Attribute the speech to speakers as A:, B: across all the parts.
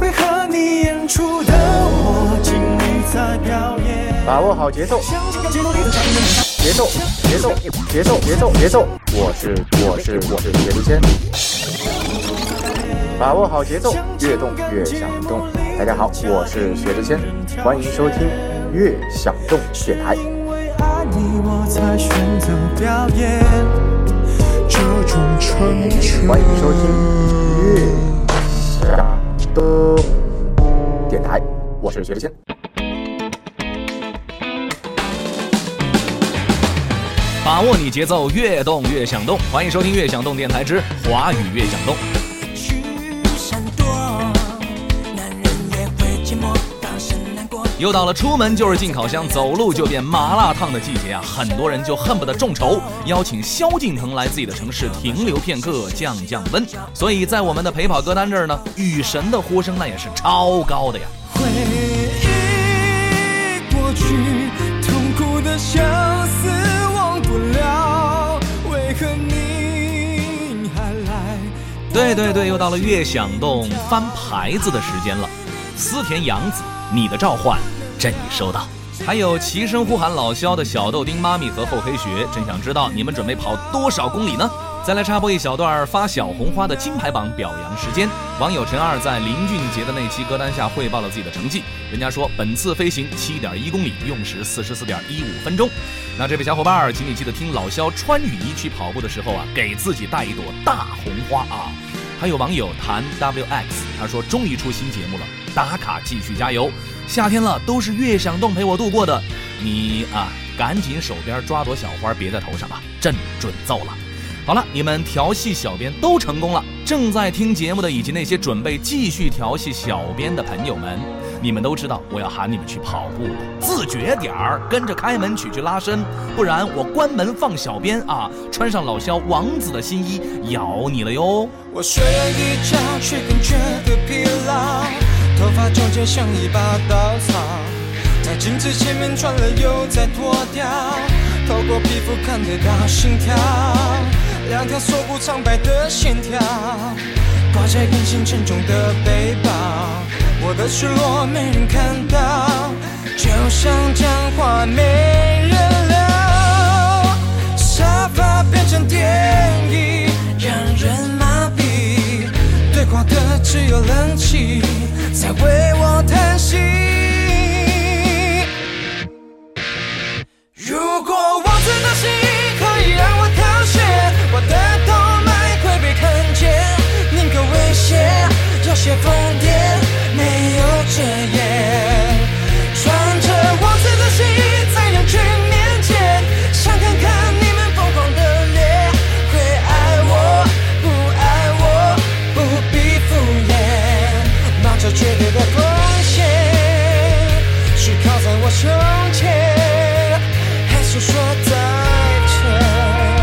A: 会和你演出的我尽力在表演，
B: 把握好节奏，节奏，我是薛之谦。把握好节奏，越动越想动。大家好，我是薛之谦，欢迎收听悦享动电台。
A: 爱你我才选择表演这种成全。
B: 欢迎收听悦享动电台，我是薛之谦。
C: 把握你节奏，越动越想动。欢迎收听悦享动电台之华语悦享动。又到了出门就是进烤箱，走路就变麻辣烫的季节啊！很多人就恨不得众筹邀请萧敬腾来自己的城市停留片刻，降降温。所以在我们的陪跑歌单这儿呢，雨神的呼声那也是超高的呀。
A: 回忆过去，痛苦的相思忘不了，为何你还来？
C: 对，又到了悦享动翻牌子的时间了。思田洋子，你的召唤朕已收到。还有齐声呼喊老萧的小豆丁妈咪和厚黑学，真想知道你们准备跑多少公里呢？再来插播一小段发小红花的金牌榜表扬时间。网友陈二在林俊杰的那期歌单下汇报了自己的成绩，人家说本次飞行 7.1 公里，用时 44.15 分钟。那这位小伙伴，请你记得听老萧穿雨衣去跑步的时候啊，给自己带一朵大红花啊。还有网友谭 WX， 他说终于出新节目了，打卡继续加油，夏天了都是悦享动陪我度过的，你啊赶紧手边抓朵小花别在头上了，朕准奏了。好了，你们调戏小编都成功了，正在听节目的以及那些准备继续调戏小编的朋友们，你们都知道我要喊你们去跑步了，自觉点儿，跟着开门曲去拉伸，不然我关门放小编啊，穿上老萧王子的新衣咬你了哟。
A: 我睡了一觉，却更觉得疲劳，头发纠结像一把稻草，在镜子前面转了又再脱掉，透过皮肤看得到心跳，两条锁骨苍白的线条，挂在更新沉重的背包，我的失落没人看到，就像讲话没人聊，沙发变成电椅，让人麻痹，对话的只有冷气在为我叹息。如果王子的心可以让我逃学，我的动脉会被看见，宁可危险，有些疯癫，没有遮掩，穿着王子的心在人群面前，想看看你们疯狂的脸，会爱我不爱我，不必敷衍，冒着绝对的风险，是靠在我胸前，还是说再见？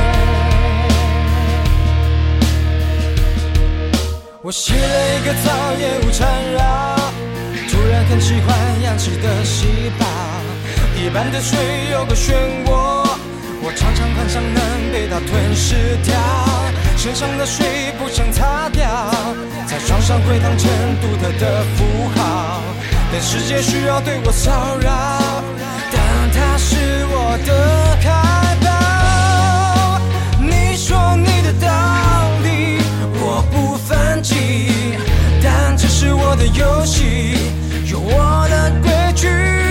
A: 我洗了一个澡，也无缠绕，突然很喜欢氧气的细胞，一般的水有个漩涡，我常常幻想能被它吞噬掉，身上的水不想擦掉，在床上回荡成独特的符号，但世界需要对我骚扰，但它是我的开宝。你说你的道理我不反击，但这是我的游戏，有我的规矩。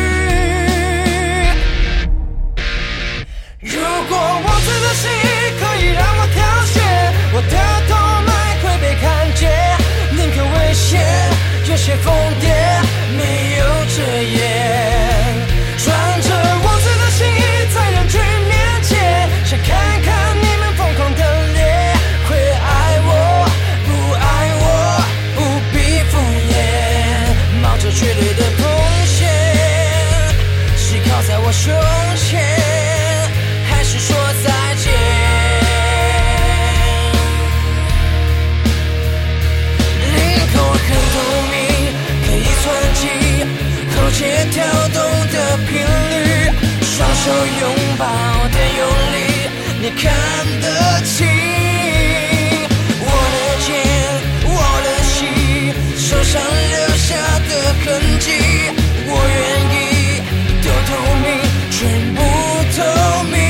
A: 如果王子的心可以让我挑选，我的动脉会被看见，宁可危险，有些疯癫，没有遮掩，穿着王子的心在人群面下的痕迹，我愿意都透明，全部透明。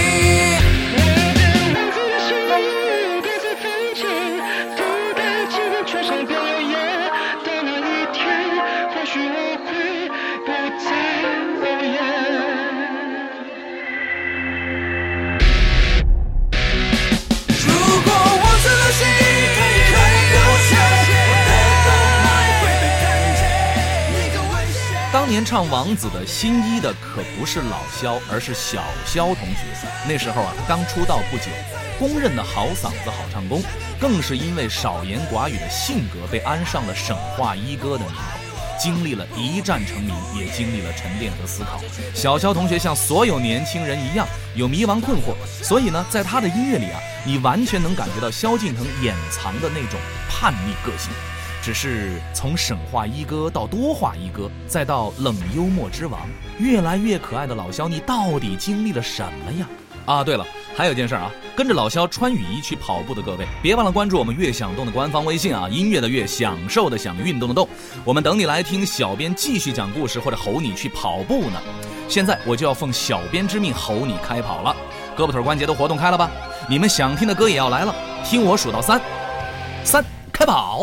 C: 当年唱王子的新一的可不是老萧，而是小萧同学。那时候他刚出道不久，公认的好嗓子好唱功，更是因为少言寡语的性格被安上了省话一哥的名头。经历了一战成名，也经历了沉淀和思考。小萧同学像所有年轻人一样有迷茫困惑，所以呢，在他的音乐里你完全能感觉到萧敬腾掩藏的那种叛逆个性。只是从省话一哥到多话一哥，再到冷幽默之王，越来越可爱的老萧，你到底经历了什么呀？对了，还有件事跟着老萧穿雨衣去跑步的各位，别忘了关注我们悦享动的官方微信音乐的悦，享受的享，运动的动。我们等你来听小编继续讲故事，或者吼你去跑步呢。现在我就要奉小编之命吼你开跑了，胳膊腿关节都活动开了吧？你们想听的歌也要来了，听我数到3，开跑！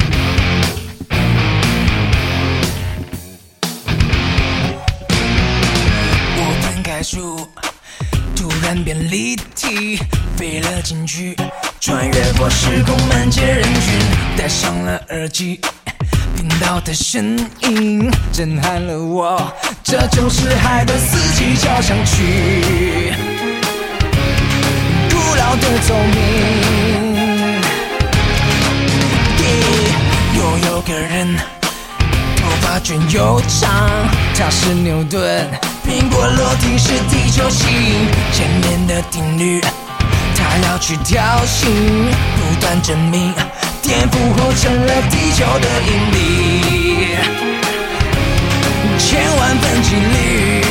A: 树突然变立体，飞了进去，穿越过时空，漫街人群，戴上了耳机，听到的声音震撼了我，这就是海的四季交响曲，古老的奏鸣。有个人头发卷又长，他是牛顿，苹果落地是地球吸引，前面的定律他要去挑衅，不断证明颠覆后成了地球的引力，1000万分几率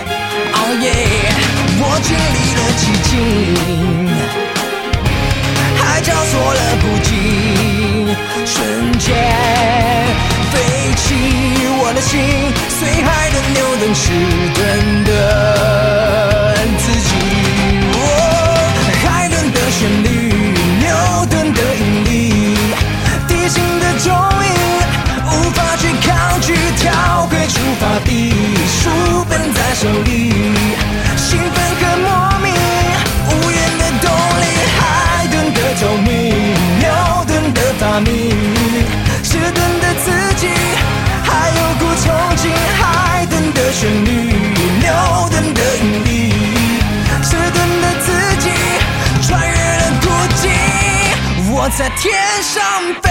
A: 我经历了寂静，海角错了不惊，瞬间飞起我的心，随海的牛顿迟钝的自己，海顿的旋律，牛顿的引力，地心的重音，无法去抗拒，跳回出发地，书本在手里，兴奋和莫名，无言的动力，海顿的透明，牛顿的发明，迟钝的自己，还有股憧憬，海顿的旋律，牛顿的引力，迟钝的自己，穿越了孤寂，我在天上飞。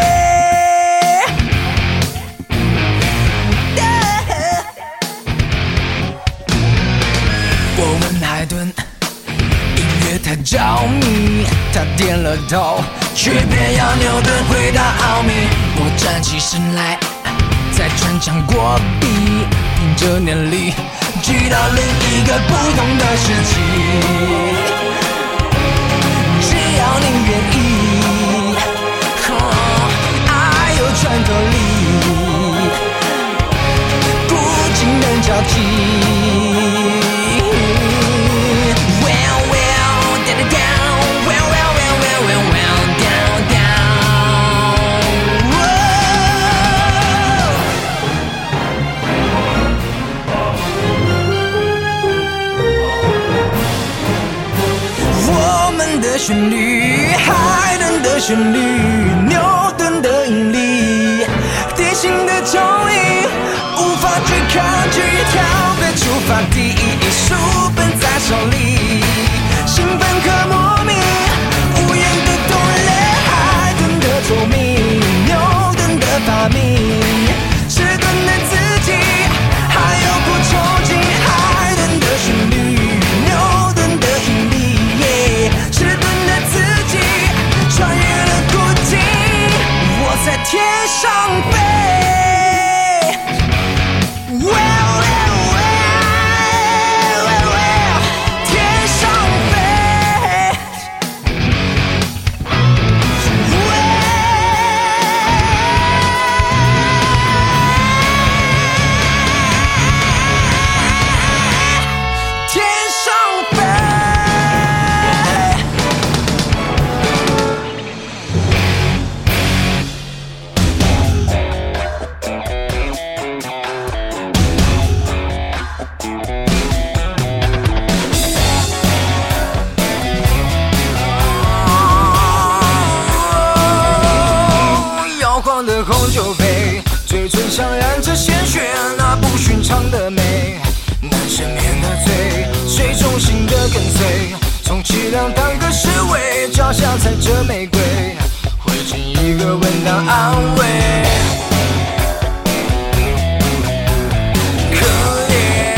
A: 我问海顿，音乐太着迷，他点了头，却偏要牛顿回答奥秘。我站起身来，再穿墙过壁，凭着念力，去到另一个不同的时期。只要你愿意，爱有穿透力，不仅能交替。旋律，海顿的旋律，牛顿的引力，地心的重音，无法去抗拒，跳回出发地，书本在手里，兴奋和莫名，无言的动力，海顿的透明，牛顿的发明，迟钝的自己，还有股憧憬，海顿的旋律，牛顿的引力，迟钝穿越了孤寂，我在天上飞。 上染着鲜血，那不寻常的美，难赦免的罪，谁忠心的跟随，充其量当个侍卫，脚下踩着玫瑰，会尽一个吻当安慰。可怜，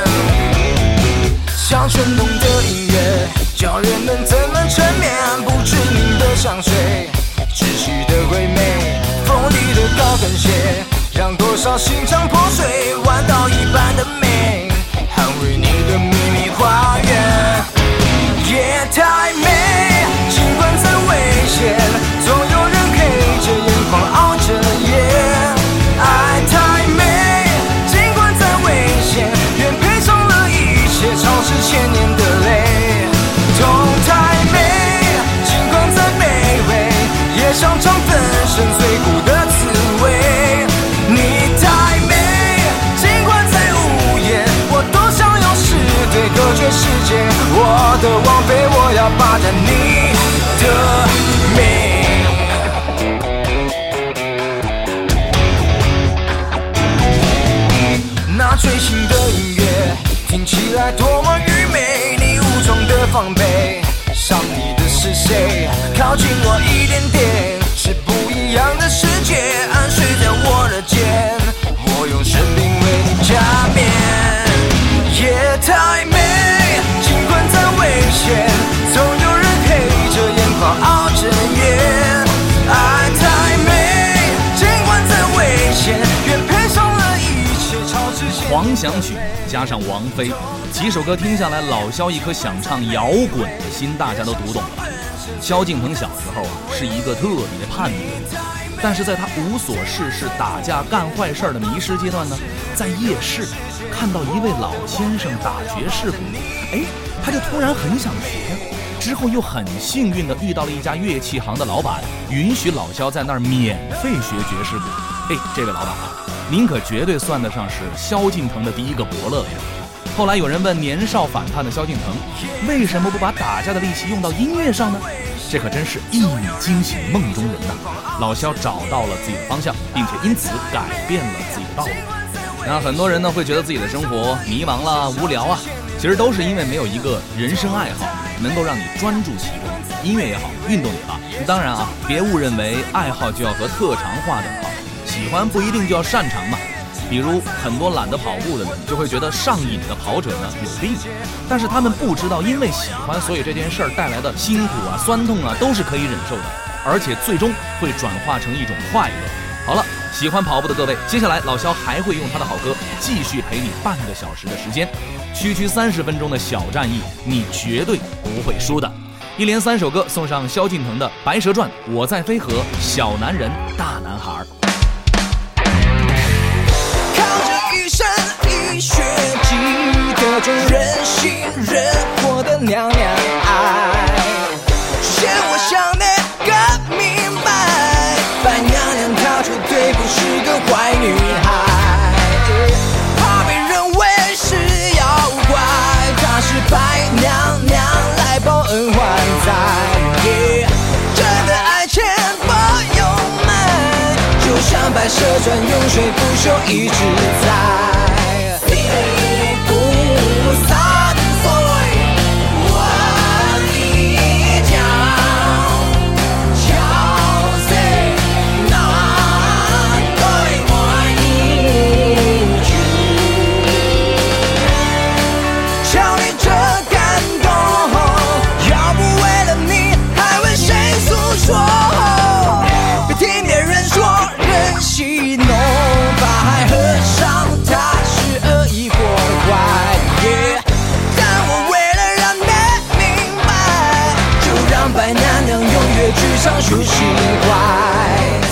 A: 像传统的音乐，叫人们怎么沉眠？不知名的香水，窒息的惠美，锋利的高跟鞋，让多少心肠破碎，弯刀一般的美，捍卫你的秘密花园。夜太美，尽管再危险，总有人黑着眼眶熬着夜。爱太美，尽管再危险，愿赔上了一切，超市千年的泪。痛太美，尽管再卑微，也想尝粉身碎骨的滋味。你太美，尽管再无言，我都想用誓对隔绝世界。我的王妃，我要霸占你的美。那最新的音乐听起来多么愚昧，你武装的防备，伤你的是谁？靠近我一点点，是不一样的世界，安睡在我的肩，我用生命为你加冕。夜太美，尽管再危险，总有人黑着眼眶熬着夜。爱太美，尽管再危险，愿赔上了一切，超之前。
C: 狂想曲加上王菲，几首歌听下来，老萧一颗想唱摇滚的心大家都读懂了吧？萧敬腾小时候是一个特别叛逆的人，但是在他无所事事、打架干坏事的迷失阶段呢，在夜市看到一位老先生打爵士鼓，他就突然很想学，之后又很幸运的遇到了一家乐器行的老板，允许老萧在那儿免费学爵士鼓。这位老板您可绝对算得上是萧敬腾的第一个伯乐呀。后来有人问年少反叛的萧敬腾，为什么不把打架的力气用到音乐上呢？这可真是一语惊醒梦中人呐！老萧找到了自己的方向，并且因此改变了自己的道路。那很多人呢会觉得自己的生活迷茫啦、无聊啊，其实都是因为没有一个人生爱好能够让你专注其中，音乐也好，运动也罢。当然啊，别误认为爱好就要和特长划等号，喜欢不一定就要擅长嘛。比如很多懒得跑步的人就会觉得上瘾的跑者呢有病，但是他们不知道因为喜欢，所以这件事儿带来的辛苦啊、酸痛啊都是可以忍受的，而且最终会转化成一种快乐。好了，喜欢跑步的各位，接下来老萧还会用他的好歌继续陪你半个小时的时间，区30分钟的小战役，你绝对不会输的。一连3首歌送上萧敬腾的《白蛇传》、我在飞河、小男人、大男孩。
A: 一身一血记得种人心人活的娘娘爱，嫌我想那个明白，白娘娘她绝对不是个坏女孩，怕被认为是妖怪，她是白娘娘来报恩还债，真的爱钱不用买，就像白蛇传永垂不朽一直在。戏弄把海和尚，他是恶意过坏，但我为了让你明白，就让白娘娘永远剧场抒情怀。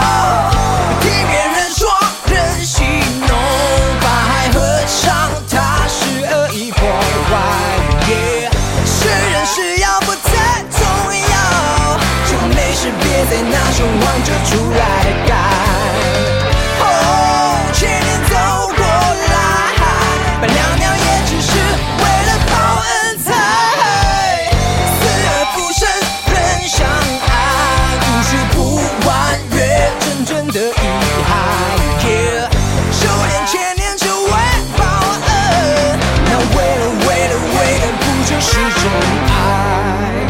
A: 听别人说人戏弄，把海和尚他望就出来干。前年走过来，本娘娘也只是为了报恩财，死而复生人相爱，无数不完约真正的遗憾。修炼千年就为报恩，那为了不就是真爱？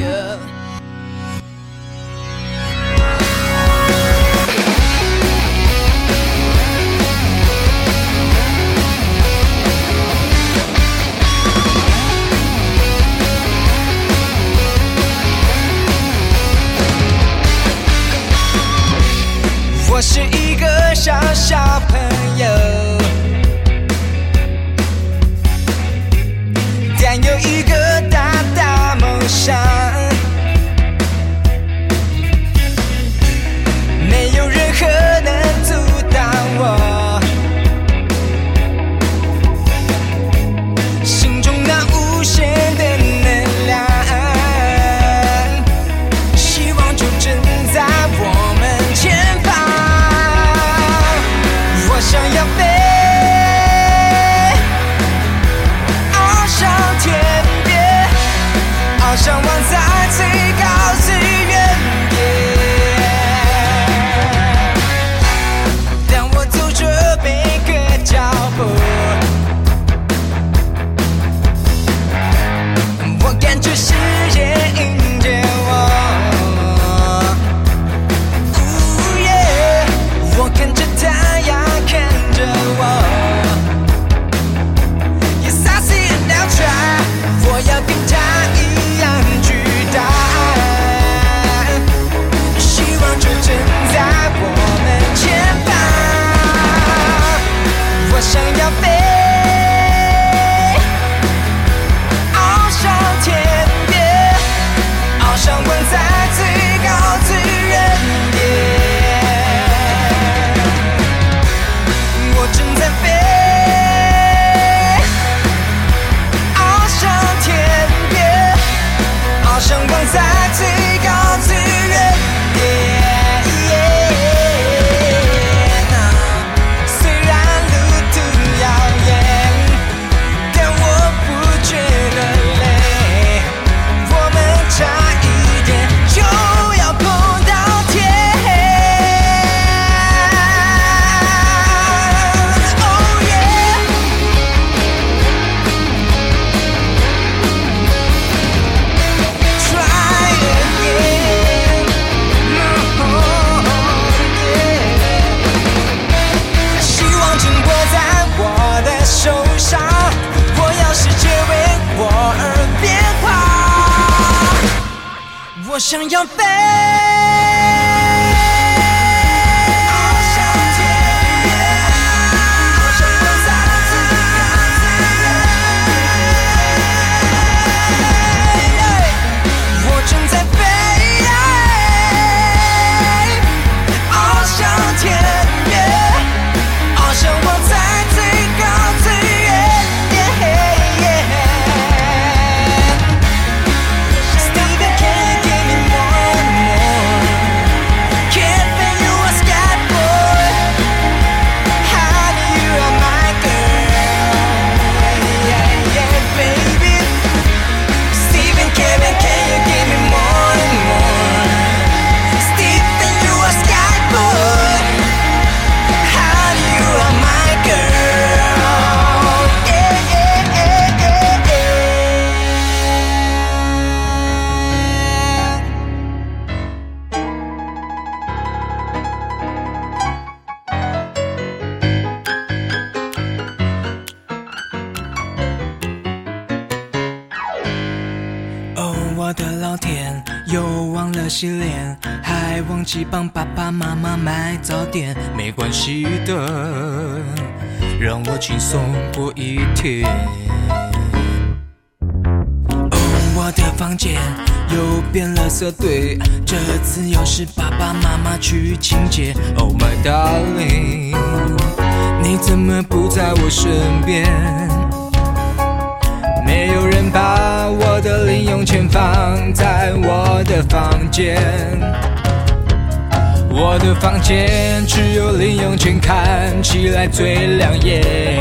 A: 我是一个小朋友，但有一个大梦想，没有任何能阻挡我心中那无限的能量，希望就正在我们前方。我想要飞，翱上天边，翱上望在最高最远点。当我走着每个脚步，我感觉世界迎接我。我看着太阳，看着我。Yes, I see it now, try。我要跟他一样巨大，希望就正在我们前方。我想要飞，翱上天边，翱上望在最高最远点。我正在飞，翱上天边，翱上望在最高最远点。虽然路途遥远，但我不觉得累，我们差一点就要碰到天。手上，我要世界为我而变化，我想要飞。我的老天，又忘了洗脸，还忘记帮爸爸妈妈买早点。没关系的，让我轻松过一天。我的房间又变垃圾堆，这次又是爸爸妈妈去清洁。Oh my darling， 你怎么不在我身边？没有人把我的零用钱放在我的房间。 我的房间只有零用钱，看起来最亮眼。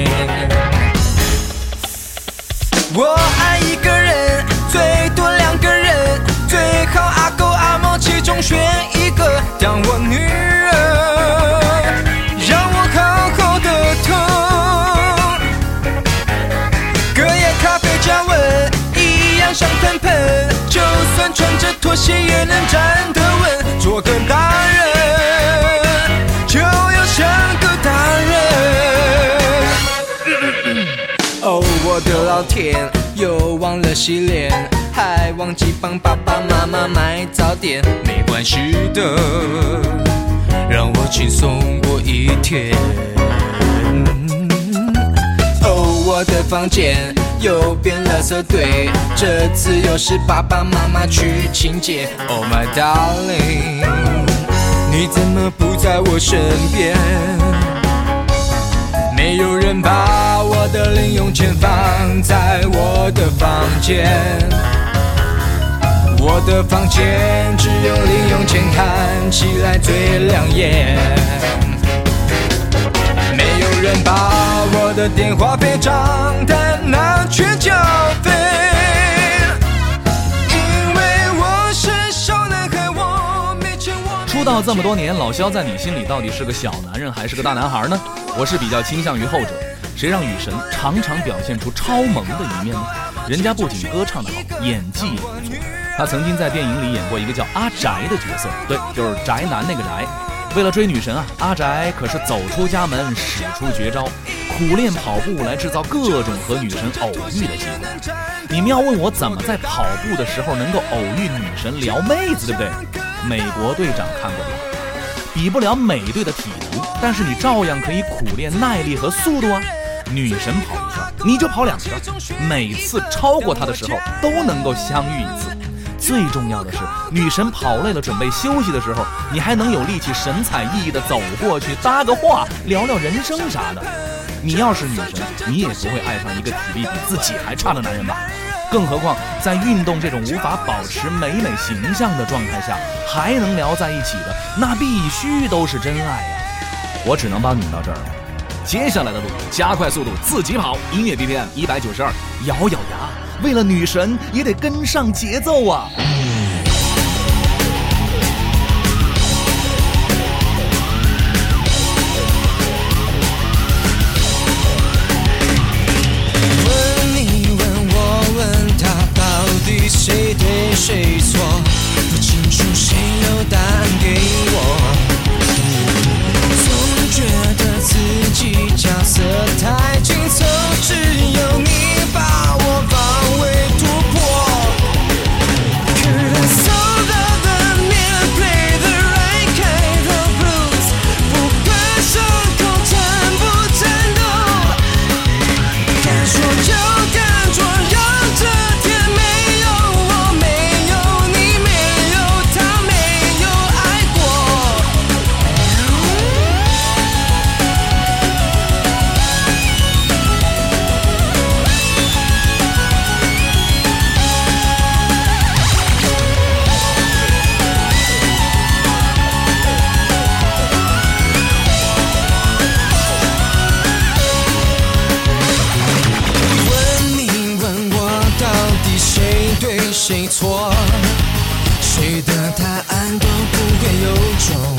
A: 我爱一个人，最多2个人，最好阿狗阿猫其中选一个当我女人，让我好好的疼。隔夜咖啡加温一样香喷喷，就算穿着拖鞋也能站得稳。做个大人就要像个大人。哦，我的老天，又忘了洗脸，还忘记帮爸爸妈妈买早点。没关系的，让我轻松过一天。哦，我的房间又变垃圾堆，这次又是爸爸妈妈去清洁。Oh my darling， 你怎么不在我身边？没有人把我的零用钱放在我的房间，我的房间只有零用钱，看起来最亮眼。没有人把我的电话费账单拿去缴费，因为我是小男孩，我没钱。
C: 出道这么多年，老萧在你心里到底是个小男人还是个大男孩呢？我是比较倾向于后者。谁让雨神常常表现出超萌的一面呢？人家不仅歌唱得好，演技也不错。他曾经在电影里演过一个叫阿宅的角色，对，就是宅男那个宅。为了追女神啊，阿宅可是走出家门，使出绝招，苦练跑步来制造各种和女神偶遇的机会。你们要问我怎么在跑步的时候能够偶遇女神撩妹子，对不对？美国队长看过吗？比不了美队的体能，但是你照样可以苦练耐力和速度啊。女神跑一圈，你就跑2圈，每次超过她的时候都能够相遇一次。最重要的是，女神跑累了准备休息的时候，你还能有力气神采奕奕地走过去搭个话，聊聊人生啥的。你要是女神，你也不会爱上一个体力比自己还差的男人吧？更何况在运动这种无法保持美美形象的状态下还能聊在一起的，那必须都是真爱呀！我只能帮你到这儿了。接下来的路加快速度自己跑，音乐 BPM 192，咬咬牙，为了女神也得跟上节奏啊！
A: 问你问我问他，到底谁对谁错？不清楚谁有答案给我。总觉得自己角色太紧凑，只有你把我防卫突破。Could I solve the man play the right kind of blues？ 不管伤口战不战斗，敢说就敢做，让这天没有我，没有你，没有他，没有爱过。谁错？谁的答案都不会有种，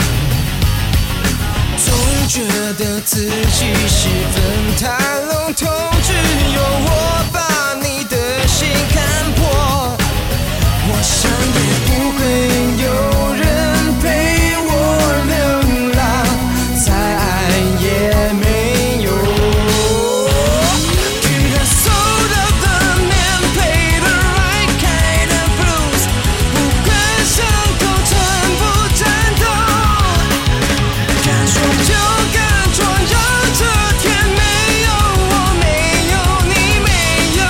A: 总觉得自己十分太笼统，只有我把你的心看破。我想也不会有人陪我流浪，再爱也没有。就敢做，让这天没有我，没有你，没有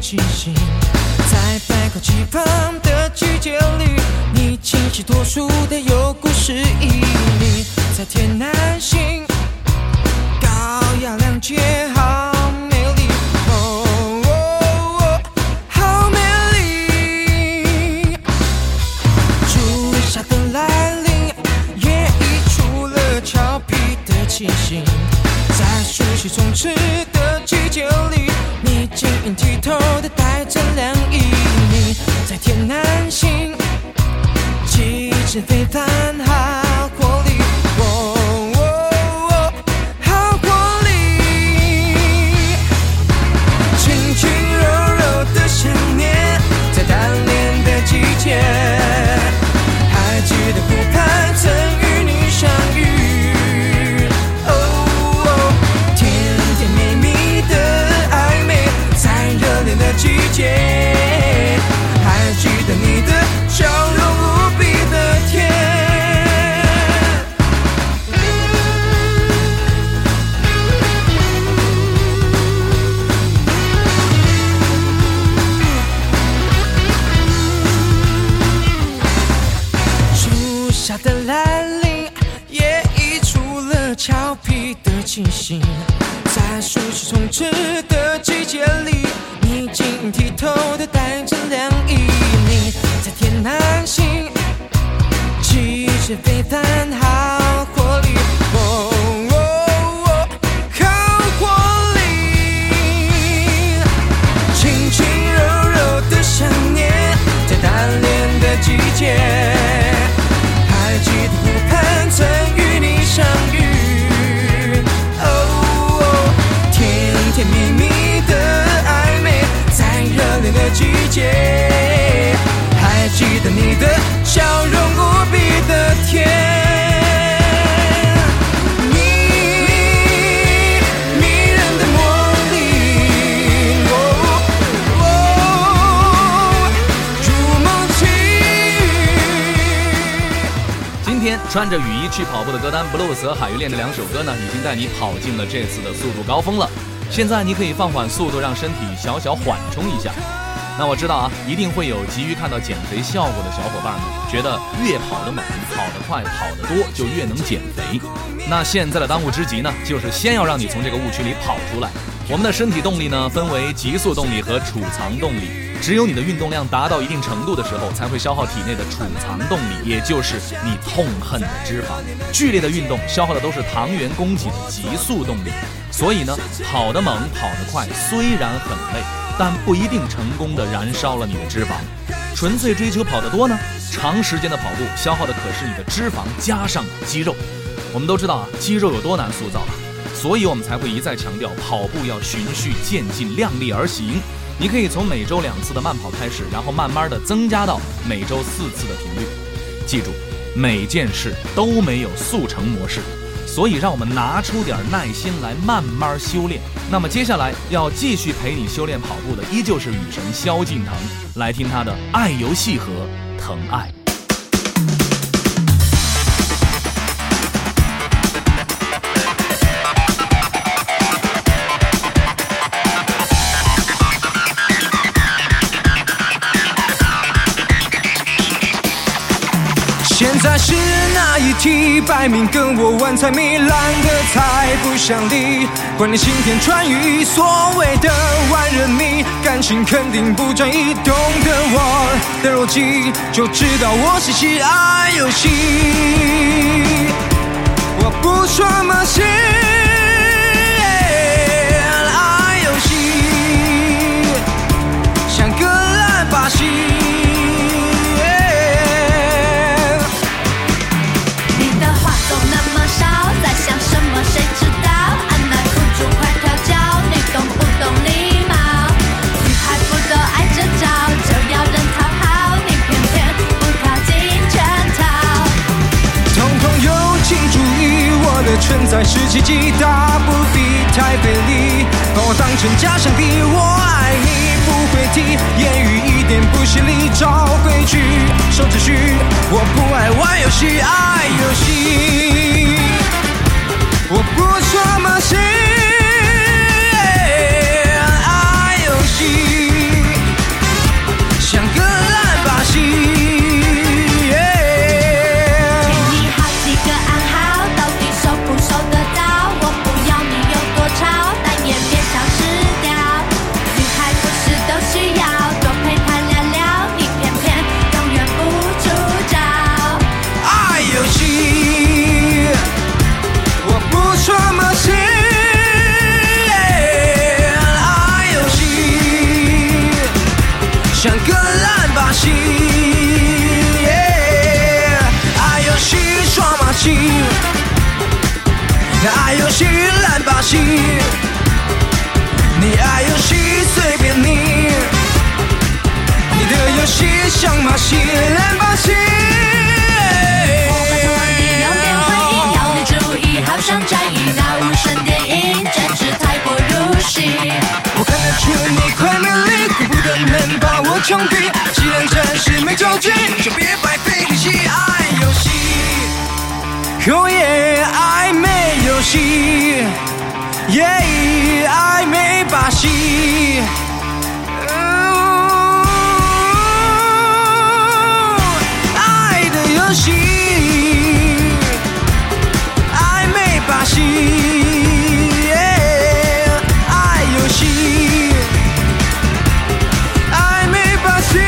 A: 气息，在百花齐放的季节里，你清晰脱俗的有故事意义，在天南星高雅亮洁好美丽，好美丽。初夏的来临也溢出了俏皮的气息，在熟悉充斥的季节里，你晶莹剔透的带着凉意，你在天南星气质非凡好活力，好活力。轻轻柔柔的想念，在单恋的季节，还记得湖畔曾与你相遇，的季节，还记得你的笑容无比的甜。初夏的来临也溢出了俏皮的气息，在熟悉充斥的季节里，你晶莹剔透的带着凉意，你在天南星气质非凡好活力，好活力。轻轻柔柔的想念，在单恋的季节，还记得湖畔曾与你相遇，甜蜜蜜的暧昧，在热恋的季节，还记得你的笑容无比的甜。迷人的魔力，如梦境。
C: 今天穿着雨衣去跑步的歌单 Blues 和海芋恋这两首歌呢，已经带你跑进了这次的速度高峰了。现在你可以放缓速度，让身体小小缓冲一下。那我知道啊，一定会有急于看到减肥效果的小伙伴们，觉得越跑得猛、跑得快、跑得多就越能减肥。那现在的当务之急呢，就是先要让你从这个误区里跑出来。我们的身体动力呢，分为急速动力和储藏动力。只有你的运动量达到一定程度的时候，才会消耗体内的储藏动力，也就是你痛恨的脂肪。剧烈的运动消耗的都是糖原供给的急速动力。所以呢，跑得猛、跑得快虽然很累，但不一定成功的燃烧了你的脂肪。纯粹追求跑得多呢，长时间的跑步消耗的可是你的脂肪加上肌肉。我们都知道啊，肌肉有多难塑造吧，所以我们才会一再强调跑步要循序渐进，量力而行。你可以从每周2次的慢跑开始，然后慢慢的增加到每周4次的频率。记住，每件事都没有速成模式，所以让我们拿出点耐心来慢慢修炼。那么接下来要继续陪你修炼跑步的依旧是雨神萧敬腾，来听他的爱游戏和疼爱。
A: 现在是哪一题？摆明跟我玩猜谜，懒得猜不想理。管你晴天穿雨，所谓的万人迷，感情肯定不专一。懂得我的逻辑，就知道我是喜爱游戏。我不说马戏，爱游戏，像个烂把戏。
D: 谁知道按捺不住快跳脚，你懂不懂礼貌？女孩不都爱这招，就要人讨好，你偏偏不靠近圈套。
A: 统统有请注意，我的存在是奇迹，大不必太费力，把我当成假想敌。我爱你不会提，言语一点不犀利，照规矩守秩序。我不爱玩游戏，爱游戏。我不说马戏，爱游戏， 戏，爱游戏耍马戏，爱游戏烂把戏，你爱游戏随便你，你的游戏像马戏烂把戏。
D: 好像战役那无声电影简直太过入戏，
A: 我看得出你快没力，顾不得能把我枪毙。既然暂时没交集，就别白费力气。爱游戏，哦耶，暧昧游戏，耶，暧昧把戏。爱的游戏。把戏，爱游戏，暧昧把戏，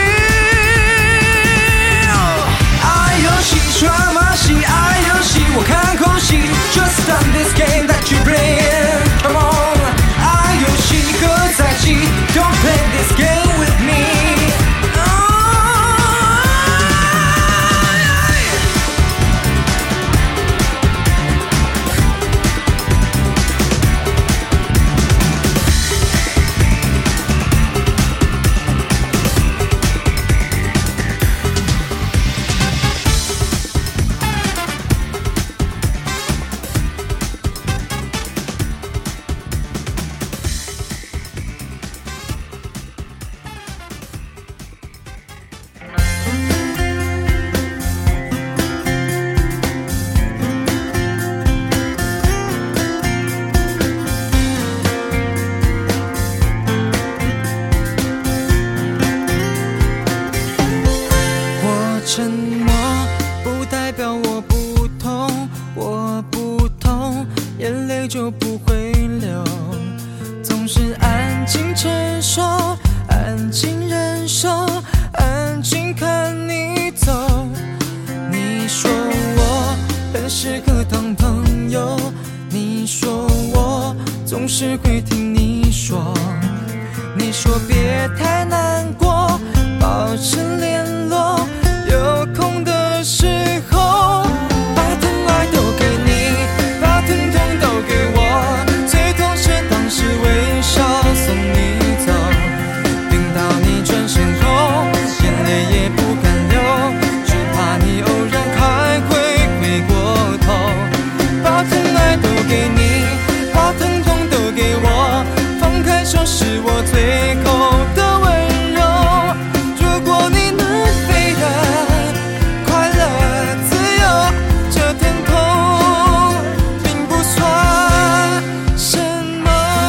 A: 爱游戏耍马戏，爱游戏我看口戏 ，Just on this game that you play, come on， 爱游戏和在一起 ，Don't play this game with me。沉默不代表我不痛，我不痛，眼泪就不会流。总是安静承受，安静忍受，安静看你走。你说我很适合当朋友，你说我总是会听你说，你说别太难过，保持联络。有空的时候，把疼爱都给你，把疼痛都给我，最痛是当时微笑送你走，等到你转身后，眼泪也不敢流，只怕你偶然还会回过头。把疼爱都给你，把疼痛都给我，放开手是我最后的温柔。如果你能飞得快乐自由，这疼痛并不算什么。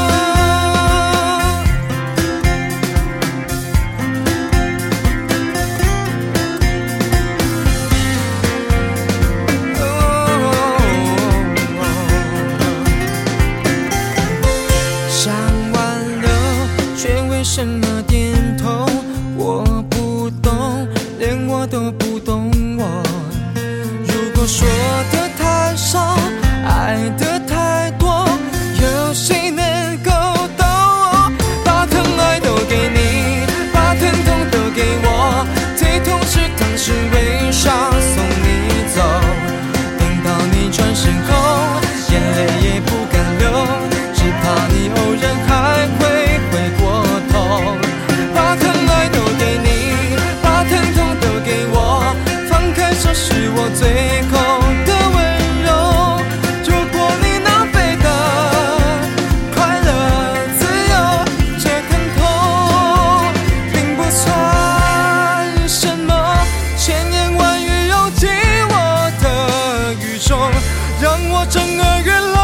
A: 想挽留，却为什么点头？我不懂，连我都不懂我。如果说的太少，爱的太多，有谁能够懂？把疼爱都给你，把疼痛都给我，最痛是当时微笑送你走，等到你转身后，眼泪也不敢流，只怕你偶然还会回过头。把疼爱都给你，把疼痛都给我，放开手是我最后的温柔。如果你能飞得快乐自由，这疼痛并不算什么，千言万语涌进我的宇宙，让我整个月落。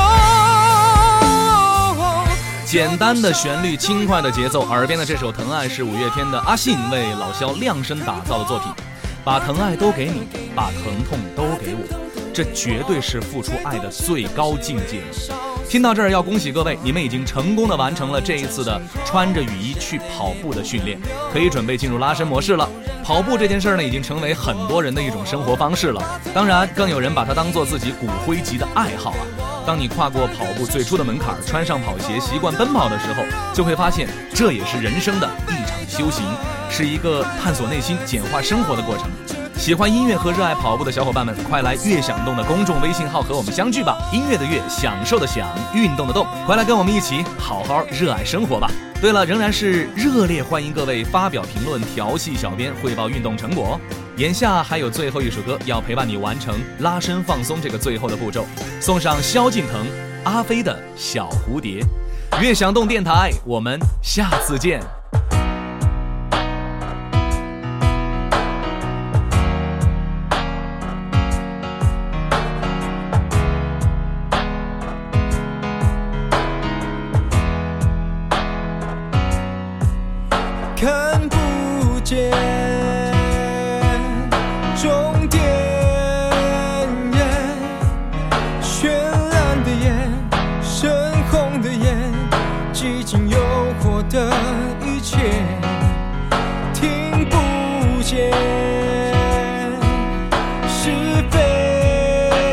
C: 简单的旋律，轻快的节奏，耳边的这首《疼爱》是五月天的阿信为老萧量身打造的作品。把疼爱都给你，把疼痛都给我，这绝对是付出爱的最高境界。听到这儿，要恭喜各位，你们已经成功的完成了这一次的穿着雨衣去跑步的训练，可以准备进入拉伸模式了。跑步这件事呢，已经成为很多人的一种生活方式了，当然更有人把它当做自己骨灰级的爱好啊。当你跨过跑步最初的门槛，穿上跑鞋，习惯奔跑的时候，就会发现这也是人生的一场修行，是一个探索内心、简化生活的过程。喜欢音乐和热爱跑步的小伙伴们，快来悦享动的公众微信号和我们相聚吧！音乐的乐，享受的享，运动的动，快来跟我们一起好好热爱生活吧！对了，仍然是热烈欢迎各位发表评论，调戏小编，汇报运动成果。眼下还有最后一首歌要陪伴你完成拉伸放松这个最后的步骤，送上萧敬腾、阿飞的小蝴蝶。悦享动电台，我们下次见。
A: 看不见终点，绚烂的眼，深红的眼，激情诱惑的一切，听不见是非，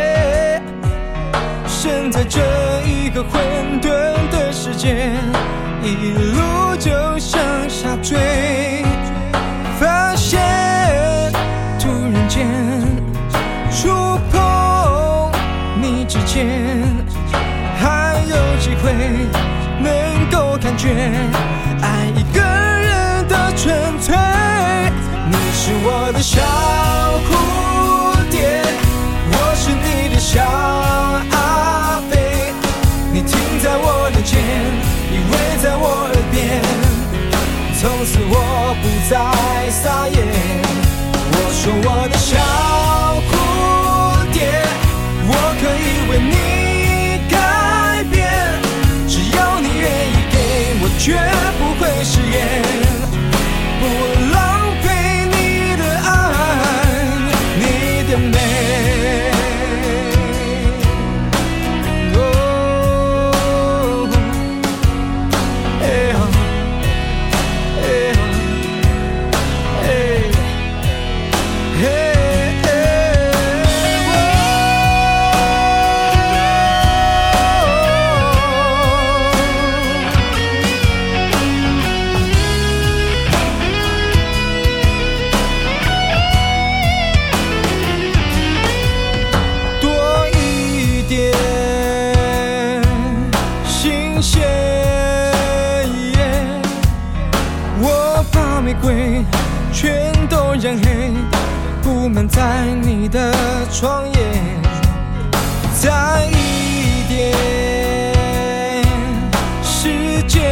A: 身在这一个混沌的世界，一路就向下坠，发现突然间触碰你指尖，还有机会能够感觉爱一个人的纯粹。你是我的小蝴蝶，我是你的小阿飞，你停在我的肩，依偎在我耳边，从此我不再撒野。我说我的小蝴蝶，我可以为你改变，只要你愿意给我，绝不会食言，不浪费你的爱，你的美。全都染黑，布满在你的窗沿，再一点时间，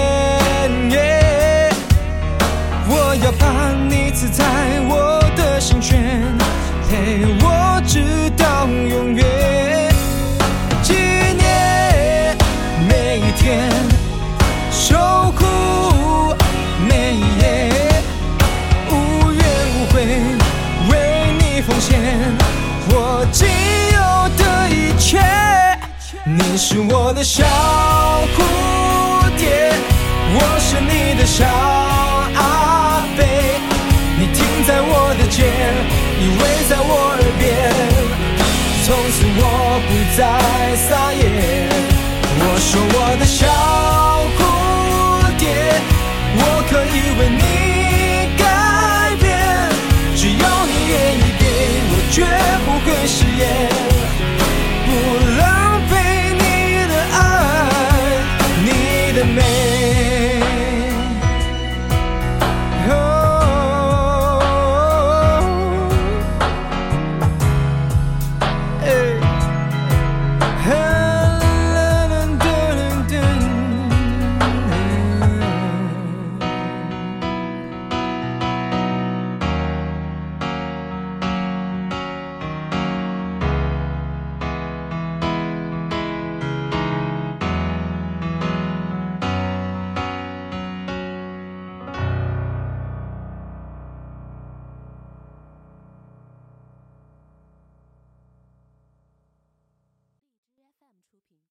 A: 我要把你刺在我的心弦，陪我直到永远，纪念每一天，守护每一夜，为你奉献我仅有的一切。你是我的小蝴蝶，我是你的小阿飞，你停在我的肩，依偎在我耳边，从此我不再撒野。我说我的小蝴蝶，我可以为你改变，只要你愿意给我，绝不会食言，不浪费你的爱，你的美。